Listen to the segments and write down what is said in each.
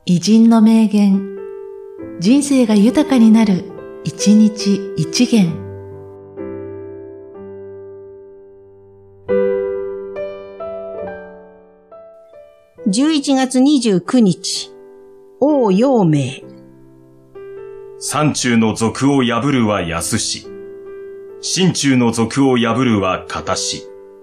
偉人の名言、人生が豊かになる、一日一元。 11月29日、王陽明。 山中の賊を破るは易し、心中の賊を破るは堅し。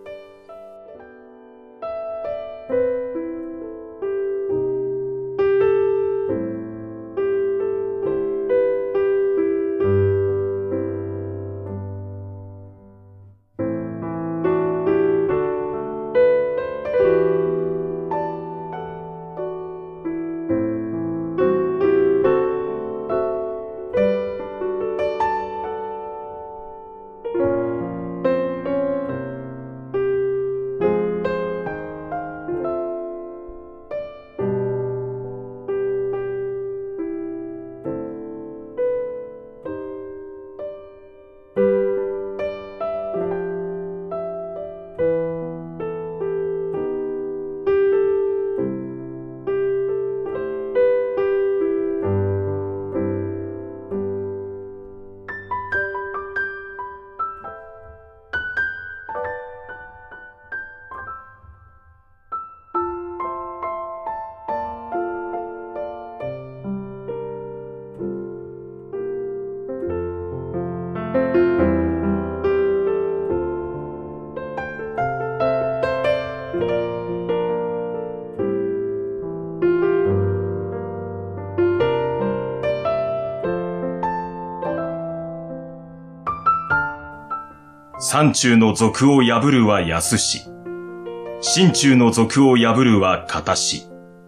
山中の賊を破るは易し、心中の賊を破るは堅し。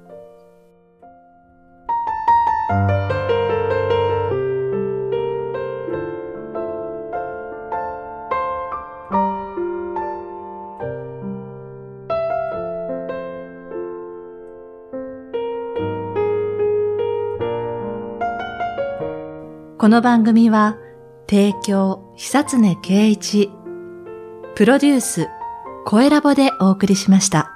この番組は、提供、久常圭一、プロデュース、声ラボでお送りしました。